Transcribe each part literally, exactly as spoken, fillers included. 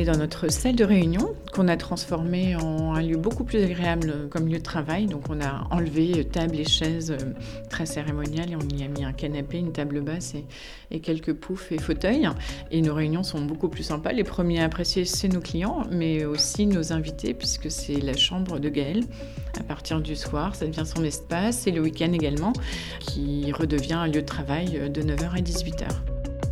dans notre salle de réunion qu'on a transformée en un lieu beaucoup plus agréable comme lieu de travail. Donc on a enlevé table et chaises très cérémoniales et on y a mis un canapé, une table basse et, et quelques poufs et fauteuils. Et nos réunions sont beaucoup plus sympas. Les premiers à apprécier, c'est nos clients, mais aussi nos invités puisque c'est la chambre de Gaël. À partir du soir, ça devient son espace et le week-end également qui redevient un lieu de travail de neuf heures à dix-huit heures.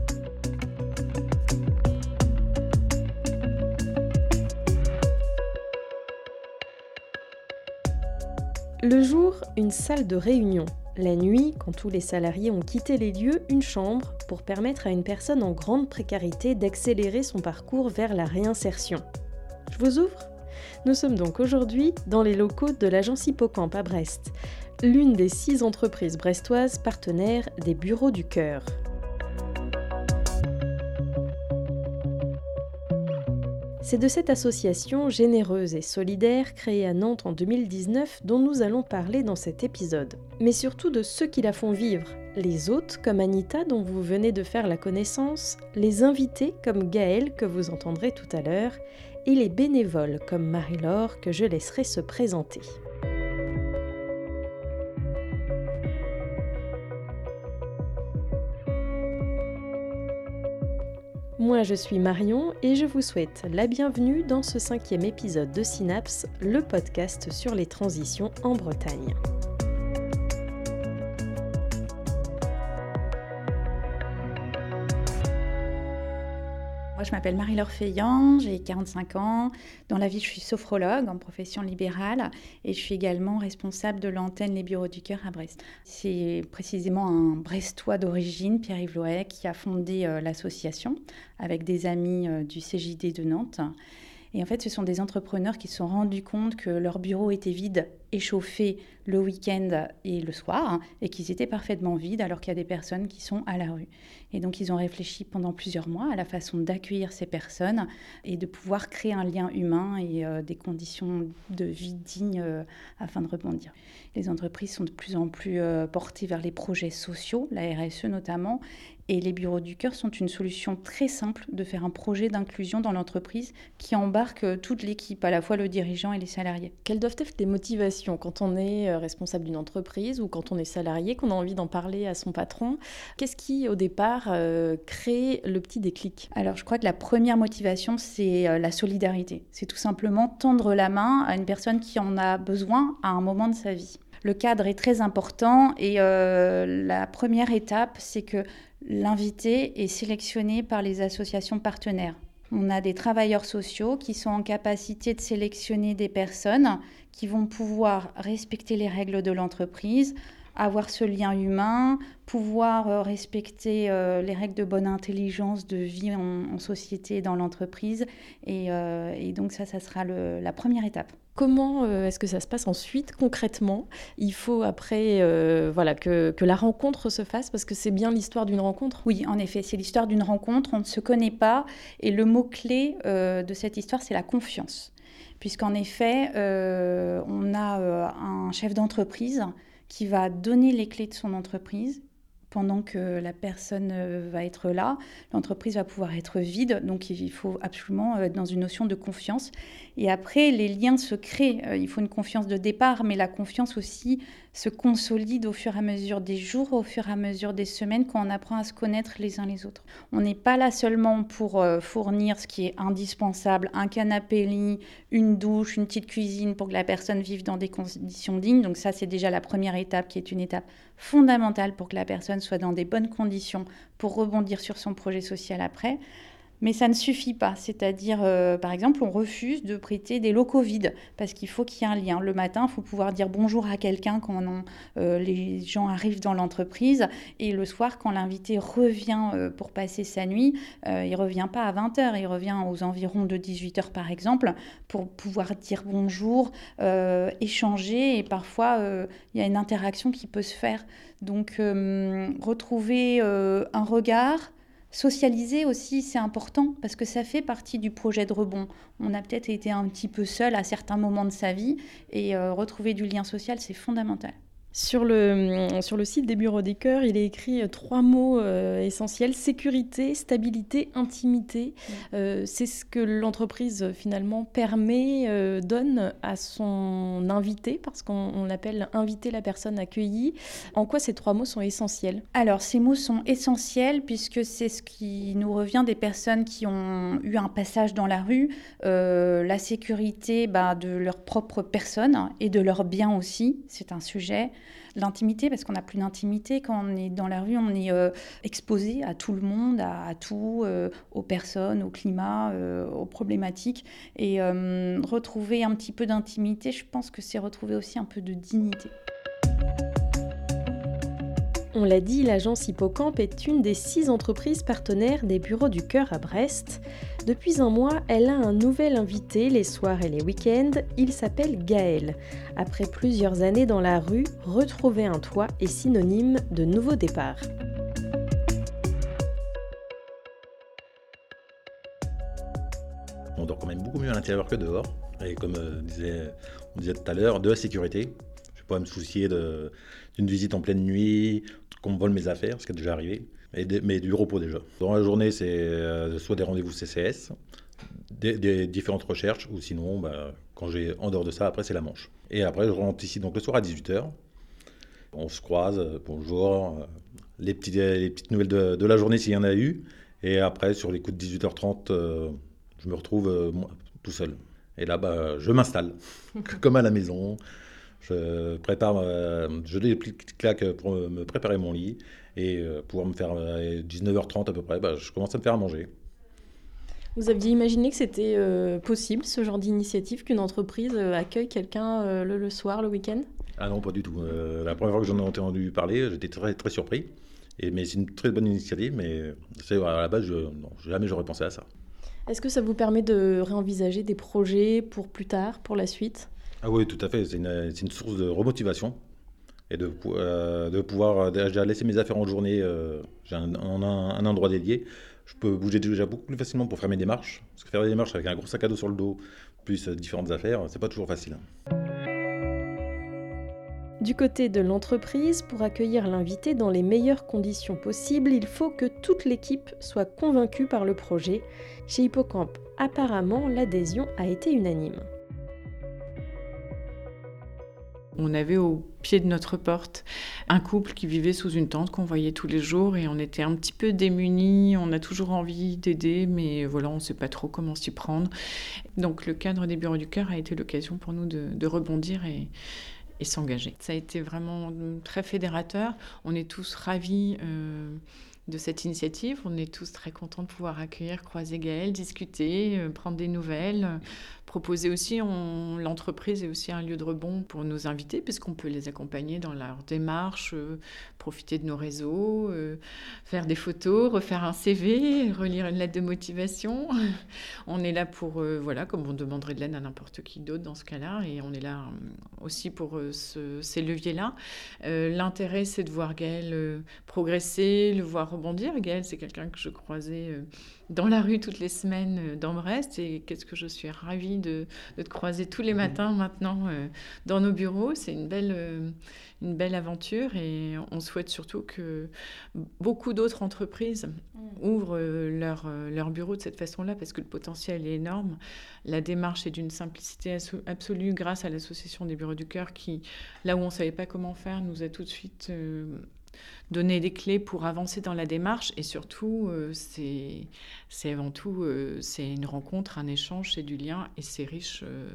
Le jour, une salle de réunion. La nuit, quand tous les salariés ont quitté les lieux, une chambre pour permettre à une personne en grande précarité d'accélérer son parcours vers la réinsertion. Je vous ouvre ? Nous sommes donc aujourd'hui dans les locaux de l'agence Hippocampe à Brest, l'une des six entreprises brestoises partenaires des Bureaux du Cœur. C'est de cette association généreuse et solidaire créée à Nantes en deux mille dix-neuf dont nous allons parler dans cet épisode. Mais surtout de ceux qui la font vivre, les hôtes comme Anita dont vous venez de faire la connaissance, les invités comme Gaël que vous entendrez tout à l'heure, et les bénévoles comme Marie-Laure que je laisserai se présenter. Moi, je suis Marion et je vous souhaite la bienvenue dans ce cinquième épisode de Synapse, le podcast sur les transitions en Bretagne. Moi, je m'appelle Marie-Laure Feillant, j'ai quarante-cinq ans. Dans la vie, je suis sophrologue en profession libérale et je suis également responsable de l'antenne Les Bureaux du Cœur à Brest. C'est précisément un Brestois d'origine, Pierre-Yves Loet, qui a fondé euh, l'association avec des amis euh, du C J D de Nantes. Et en fait, ce sont des entrepreneurs qui se sont rendus compte que leur bureau était vide, échauffé le week-end et le soir, et qu'ils étaient parfaitement vides alors qu'il y a des personnes qui sont à la rue. Et donc, ils ont réfléchi pendant plusieurs mois à la façon d'accueillir ces personnes et de pouvoir créer un lien humain et euh, des conditions de vie dignes euh, afin de rebondir. Les entreprises sont de plus en plus euh, portées vers les projets sociaux, la R S E notamment, et les Bureaux du Cœur sont une solution très simple de faire un projet d'inclusion dans l'entreprise qui embarque toute l'équipe, à la fois le dirigeant et les salariés. Quelles doivent être les motivations quand on est responsable d'une entreprise ou quand on est salarié, qu'on a envie d'en parler à son patron ? Qu'est-ce qui, au départ, euh, crée le petit déclic ? Alors, je crois que la première motivation, c'est la solidarité. C'est tout simplement tendre la main à une personne qui en a besoin à un moment de sa vie. Le cadre est très important et euh, la première étape, c'est que l'invité est sélectionné par les associations partenaires. On a des travailleurs sociaux qui sont en capacité de sélectionner des personnes qui vont pouvoir respecter les règles de l'entreprise, avoir ce lien humain, pouvoir respecter euh, les règles de bonne intelligence de vie en, en société dans l'entreprise. Et, euh, et donc ça, ça sera le, la première étape. Comment euh, est-ce que ça se passe ensuite, concrètement ? Il faut après euh, voilà, que, que la rencontre se fasse, parce que c'est bien l'histoire d'une rencontre. Oui, en effet, c'est l'histoire d'une rencontre, on ne se connaît pas, et le mot-clé euh, de cette histoire, c'est la confiance. Puisqu'en effet, euh, on a euh, un chef d'entreprise qui va donner les clés de son entreprise. Pendant que la personne va être là, l'entreprise va pouvoir être vide. Donc, il faut absolument être dans une notion de confiance. Et après, les liens se créent. Il faut une confiance de départ, mais la confiance aussi se consolide au fur et à mesure des jours, au fur et à mesure des semaines, quand on apprend à se connaître les uns les autres. On n'est pas là seulement pour fournir ce qui est indispensable, un canapé-lit, une douche, une petite cuisine pour que la personne vive dans des conditions dignes. Donc ça, c'est déjà la première étape qui est une étape fondamentale pour que la personne soit dans des bonnes conditions pour rebondir sur son projet social après. Mais ça ne suffit pas, c'est-à-dire, euh, par exemple, on refuse de prêter des locaux vides parce qu'il faut qu'il y ait un lien. Le matin, il faut pouvoir dire bonjour à quelqu'un quand on, euh, les gens arrivent dans l'entreprise, et le soir, quand l'invité revient euh, pour passer sa nuit, euh, il ne revient pas à vingt heures, il revient aux environs de dix-huit heures par exemple, pour pouvoir dire bonjour, euh, échanger, et parfois, euh, il y a une interaction qui peut se faire. Donc, euh, retrouver euh, un regard, socialiser aussi, c'est important parce que ça fait partie du projet de rebond. On a peut-être été un petit peu seul à certains moments de sa vie et euh, retrouver du lien social, c'est fondamental. Sur le, sur le site des Bureaux du Cœur, il est écrit trois mots euh, essentiels, sécurité, stabilité, intimité. Mmh. Euh, c'est ce que l'entreprise finalement permet, euh, donne à son invité, parce qu'on on l'appelle inviter la personne accueillie. En quoi ces trois mots sont essentiels ? Alors, ces mots sont essentiels puisque c'est ce qui nous revient des personnes qui ont eu un passage dans la rue, euh, la sécurité bah, de leur propre personne et de leurs biens aussi, c'est un sujet. L'intimité, parce qu'on n'a plus d'intimité. Quand on est dans la rue, on est euh, exposé à tout le monde, à, à tout, euh, aux personnes, au climat, euh, aux problématiques. Et euh, retrouver un petit peu d'intimité, je pense que c'est retrouver aussi un peu de dignité. On l'a dit, l'agence Hippocampe est une des six entreprises partenaires des Bureaux du Cœur à Brest. Depuis un mois, elle a un nouvel invité les soirs et les week-ends. Il s'appelle Gaël. Après plusieurs années dans la rue, retrouver un toit est synonyme de nouveau départ. On dort quand même beaucoup mieux à l'intérieur que dehors. Et comme euh, disait, on disait tout à l'heure, de la sécurité. Je ne vais pas me soucier de, d'une visite en pleine nuit, qu'on me vole mes affaires, ce qui est déjà arrivé. Et de, mais du repos déjà. Dans la journée, c'est euh, soit des rendez-vous C C S, des, des différentes recherches, ou sinon, bah, quand j'ai en dehors de ça, après c'est la Manche. Et après, je rentre ici donc le soir à dix-huit heures. On se croise, euh, bonjour, euh, les, petits, les petites nouvelles de, de la journée s'il y en a eu. Et après, sur les coups de dix-huit heures trente, euh, je me retrouve euh, moi, tout seul. Et là, bah, je m'installe, comme à la maison. Je prépare, euh, je donne des petites claques pour me préparer mon lit et euh, pouvoir me faire euh, dix-neuf heures trente à peu près, bah, je commence à me faire à manger. Vous aviez imaginé que c'était euh, possible, ce genre d'initiative, qu'une entreprise euh, accueille quelqu'un euh, le, le soir, le week-end ? Ah non, pas du tout. Euh, la première fois que j'en ai entendu parler, j'étais très, très surpris. Et, mais c'est une très bonne initiative, mais c'est, à la base, je, non, jamais j'aurais pensé à ça. Est-ce que ça vous permet de réenvisager des projets pour plus tard, pour la suite ? Ah oui, tout à fait. C'est une, c'est une source de remotivation et de, euh, de pouvoir déjà laisser mes affaires en journée. Euh, j'ai un, un, un endroit dédié. Je peux bouger déjà beaucoup plus facilement pour faire mes démarches. Parce que faire des démarches avec un gros sac à dos sur le dos, plus euh, différentes affaires, c'est pas toujours facile. Du côté de l'entreprise, pour accueillir l'invité dans les meilleures conditions possibles, il faut que toute l'équipe soit convaincue par le projet. Chez Hippocampe, apparemment, l'adhésion a été unanime. On avait au pied de notre porte un couple qui vivait sous une tente qu'on voyait tous les jours et on était un petit peu démunis, on a toujours envie d'aider mais voilà, on ne sait pas trop comment s'y prendre. Donc le cadre des Bureaux du Cœur a été l'occasion pour nous de, de rebondir et, et s'engager. Ça a été vraiment très fédérateur, on est tous ravis euh, de cette initiative, on est tous très contents de pouvoir accueillir, croiser Gaël, discuter, euh, prendre des nouvelles, euh, proposer aussi, on, l'entreprise est aussi un lieu de rebond pour nos invités puisqu'on peut les accompagner dans leur démarche, euh, profiter de nos réseaux, euh, faire des photos, refaire un C V, relire une lettre de motivation. On est là pour, euh, voilà, comme on demanderait de l'aide à n'importe qui d'autre dans ce cas-là et on est là euh, aussi pour euh, ce, ces leviers-là. Euh, l'intérêt, c'est de voir Gaël euh, progresser, le voir rebondir. Gaël, c'est quelqu'un que je croisais euh, dans la rue toutes les semaines euh, dans Brest et qu'est-ce que je suis ravie de, de te croiser tous les matins maintenant euh, dans nos bureaux. C'est une belle, euh, une belle aventure et on souhaite surtout que beaucoup d'autres entreprises ouvrent euh, leur, euh, leur bureau de cette façon-là parce que le potentiel est énorme. La démarche est d'une simplicité absolue grâce à l'association des Bureaux du Cœur qui, là où on ne savait pas comment faire, nous a tout de suite euh, donner des clés pour avancer dans la démarche et surtout euh, c'est, c'est avant tout euh, c'est une rencontre, un échange, c'est du lien et c'est riche euh,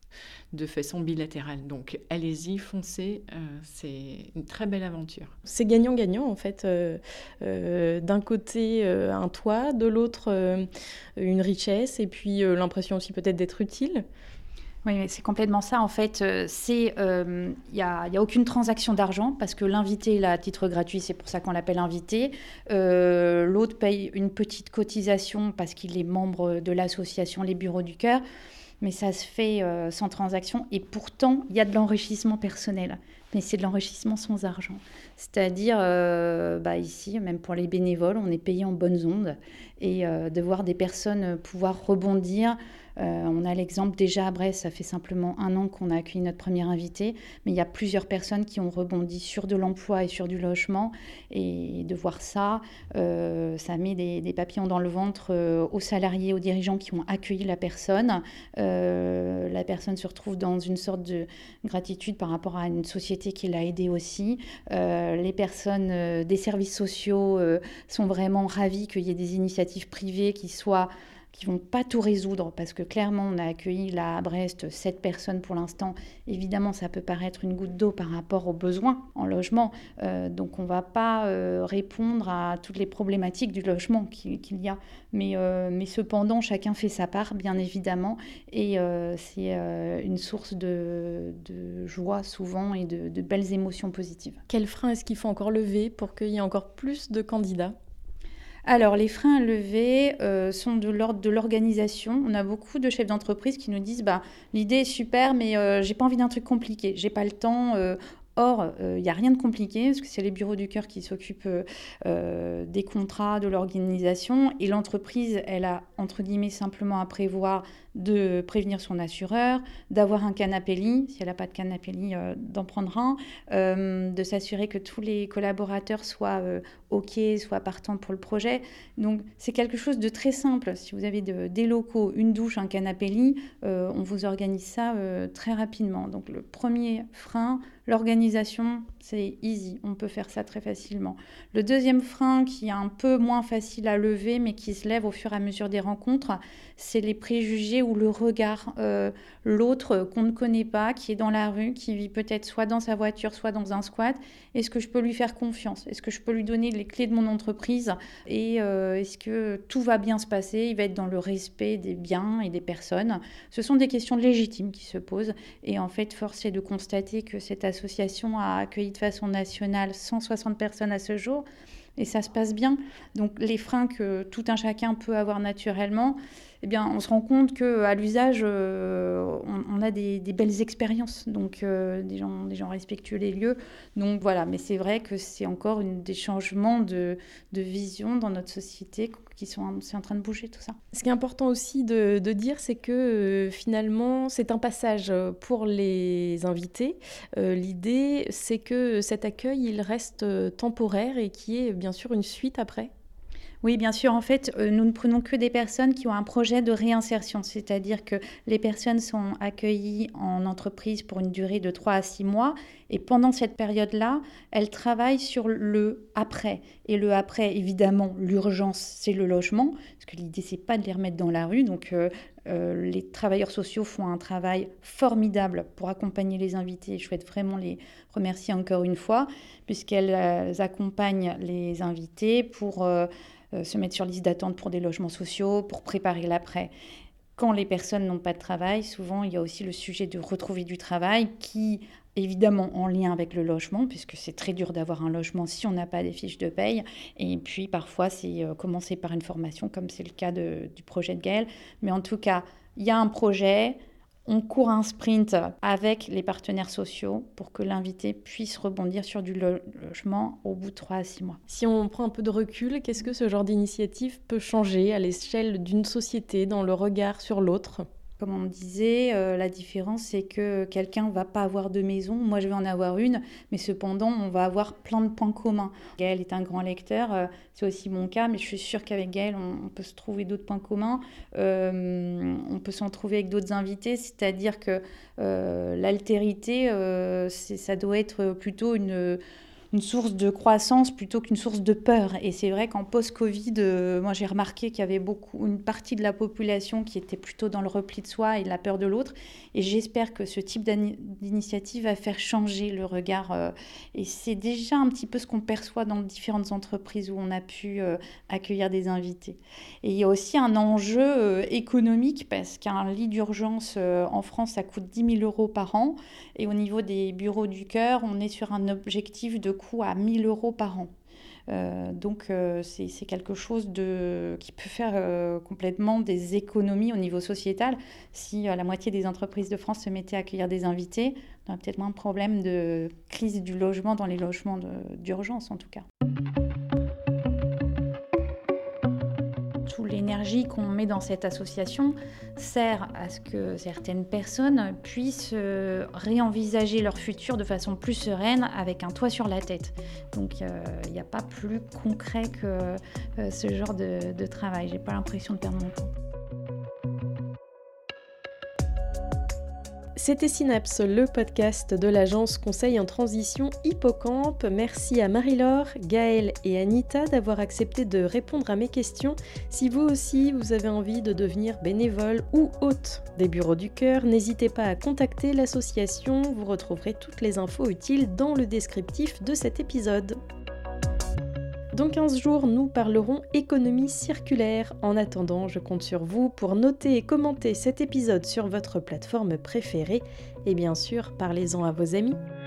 de façon bilatérale. Donc allez-y, foncez, euh, c'est une très belle aventure. C'est gagnant-gagnant en fait. Euh, euh, d'un côté euh, un toit, de l'autre euh, une richesse et puis euh, l'impression aussi peut-être d'être utile. Oui, mais c'est complètement ça. En fait, il n'y euh, a, y a aucune transaction d'argent parce que l'invité est là à titre gratuit, c'est pour ça qu'on l'appelle invité. Euh, l'autre paye une petite cotisation parce qu'il est membre de l'association Les Bureaux du Cœur. Mais ça se fait euh, sans transaction. Et pourtant, il y a de l'enrichissement personnel. Mais c'est de l'enrichissement sans argent. C'est-à-dire, euh, bah ici, même pour les bénévoles, on est payé en bonnes ondes. Et euh, de voir des personnes pouvoir rebondir, Euh, on a l'exemple déjà à Brest, ça fait simplement un an qu'on a accueilli notre première invitée, mais il y a plusieurs personnes qui ont rebondi sur de l'emploi et sur du logement. Et de voir ça, euh, ça met des, des papillons dans le ventre euh, aux salariés, aux dirigeants qui ont accueilli la personne. Euh, la personne se retrouve dans une sorte de gratitude par rapport à une société qui l'a aidée aussi. Euh, les personnes euh, des services sociaux euh, sont vraiment ravies qu'il y ait des initiatives privées qui soient qui ne vont pas tout résoudre, parce que clairement, on a accueilli là à Brest sept personnes pour l'instant. Évidemment, ça peut paraître une goutte d'eau par rapport aux besoins en logement. Euh, donc, on ne va pas euh, répondre à toutes les problématiques du logement qu'il, qu'il y a. Mais, euh, mais cependant, chacun fait sa part, bien évidemment. Et euh, c'est euh, une source de, de joie souvent et de, de belles émotions positives. Quels freins est-ce qu'il faut encore lever pour qu'il y ait encore plus de candidats ? Alors, les freins à lever euh, sont de l'ordre de l'organisation. On a beaucoup de chefs d'entreprise qui nous disent bah, « l'idée est super, mais euh, j'ai pas envie d'un truc compliqué, j'ai pas le temps euh, ». Or, il euh, n'y a rien de compliqué, parce que c'est les bureaux du cœur qui s'occupent euh, des contrats, de l'organisation. Et l'entreprise, elle a, entre guillemets, simplement à prévoir de prévenir son assureur, d'avoir un canapé lit, si elle n'a pas de canapé lit, euh, d'en prendre un, euh, de s'assurer que tous les collaborateurs soient euh, OK, soient partants pour le projet. Donc, c'est quelque chose de très simple. Si vous avez de, des locaux, une douche, un canapé lit, euh, on vous organise ça euh, très rapidement. Donc, le premier frein, l'organisation, c'est easy, on peut faire ça très facilement. Le deuxième frein, qui est un peu moins facile à lever, mais qui se lève au fur et à mesure des rencontres, c'est les préjugés ou le regard. Euh, l'autre qu'on ne connaît pas, qui est dans la rue, qui vit peut-être soit dans sa voiture, soit dans un squat. Est-ce que je peux lui faire confiance ? Est-ce que je peux lui donner les clés de mon entreprise ? Et euh, est-ce que tout va bien se passer ? Il va être dans le respect des biens et des personnes. Ce sont des questions légitimes qui se posent. Et en fait, force est de constater que cette association a accueilli de façon nationale cent soixante personnes à ce jour. Et ça se passe bien. Donc les freins que tout un chacun peut avoir naturellement, eh bien, on se rend compte qu'à l'usage, euh, on, on a des, des belles expériences. Donc euh, des, gens, des gens respectueux les lieux. Donc voilà, mais c'est vrai que c'est encore une, des changements de, de vision dans notre société qui sont c'est en train de bouger, tout ça. Ce qui est important aussi de, de dire, c'est que euh, finalement, c'est un passage pour les invités. Euh, l'idée, c'est que cet accueil, il reste temporaire et qu'il y ait bien sûr une suite après. Oui, bien sûr. En fait, euh, nous ne prenons que des personnes qui ont un projet de réinsertion, c'est-à-dire que les personnes sont accueillies en entreprise pour une durée de trois à six mois et pendant cette période-là, elles travaillent sur le après. Et le après, évidemment, l'urgence, c'est le logement, parce que l'idée, c'est pas de les remettre dans la rue. Donc, euh, euh, les travailleurs sociaux font un travail formidable pour accompagner les invités. Je souhaite vraiment les remercier encore une fois, puisqu'elles euh, accompagnent les invités pour... Euh, se mettre sur liste d'attente pour des logements sociaux, pour préparer l'après. Quand les personnes n'ont pas de travail, souvent il y a aussi le sujet de retrouver du travail qui, évidemment, en lien avec le logement, puisque c'est très dur d'avoir un logement si on n'a pas des fiches de paye. Et puis parfois, c'est euh, commencer par une formation, comme c'est le cas de, du projet de Gaëlle. Mais en tout cas, il y a un projet... On court un sprint avec les partenaires sociaux pour que l'invité puisse rebondir sur du logement au bout de trois à six mois. Si on prend un peu de recul, qu'est-ce que ce genre d'initiative peut changer à l'échelle d'une société dans le regard sur l'autre ? Comme on me disait, euh, la différence, c'est que quelqu'un ne va pas avoir de maison. Moi, je vais en avoir une, mais cependant, on va avoir plein de points communs. Gaël est un grand lecteur, euh, c'est aussi mon cas, mais je suis sûre qu'avec Gaël, on, on peut se trouver d'autres points communs. Euh, on peut s'en trouver avec d'autres invités, c'est-à-dire que euh, l'altérité, euh, c'est, ça doit être plutôt une... une source de croissance plutôt qu'une source de peur. Et c'est vrai qu'en post-Covid, euh, moi j'ai remarqué qu'il y avait beaucoup, une partie de la population qui était plutôt dans le repli de soi et la peur de l'autre. Et j'espère que ce type d'initiative va faire changer le regard. Euh, et c'est déjà un petit peu ce qu'on perçoit dans différentes entreprises où on a pu euh, accueillir des invités. Et il y a aussi un enjeu euh, économique parce qu'un lit d'urgence euh, en France, ça coûte dix mille euros par an. Et au niveau des bureaux du cœur, on est sur un objectif de coût à mille euros par an. Euh, donc euh, c'est, c'est quelque chose de, qui peut faire euh, complètement des économies au niveau sociétal. Si euh, la moitié des entreprises de France se mettaient à accueillir des invités, on aurait peut-être moins de problèmes de crise du logement dans les logements de, d'urgence en tout cas. Tous les l'énergie qu'on met dans cette association sert à ce que certaines personnes puissent euh, réenvisager leur futur de façon plus sereine avec un toit sur la tête. Donc il euh, n'y a pas plus concret que euh, ce genre de, de travail. J'ai pas l'impression de perdre mon temps. C'était Synapse, le podcast de l'agence Conseil en Transition Hippocampe. Merci à Marie-Laure, Gaëlle et Anita d'avoir accepté de répondre à mes questions. Si vous aussi, vous avez envie de devenir bénévole ou hôte des Bureaux du Cœur, n'hésitez pas à contacter l'association. Vous retrouverez toutes les infos utiles dans le descriptif de cet épisode. Dans quinze jours, nous parlerons économie circulaire. En attendant, je compte sur vous pour noter et commenter cet épisode sur votre plateforme préférée. Et bien sûr, parlez-en à vos amis.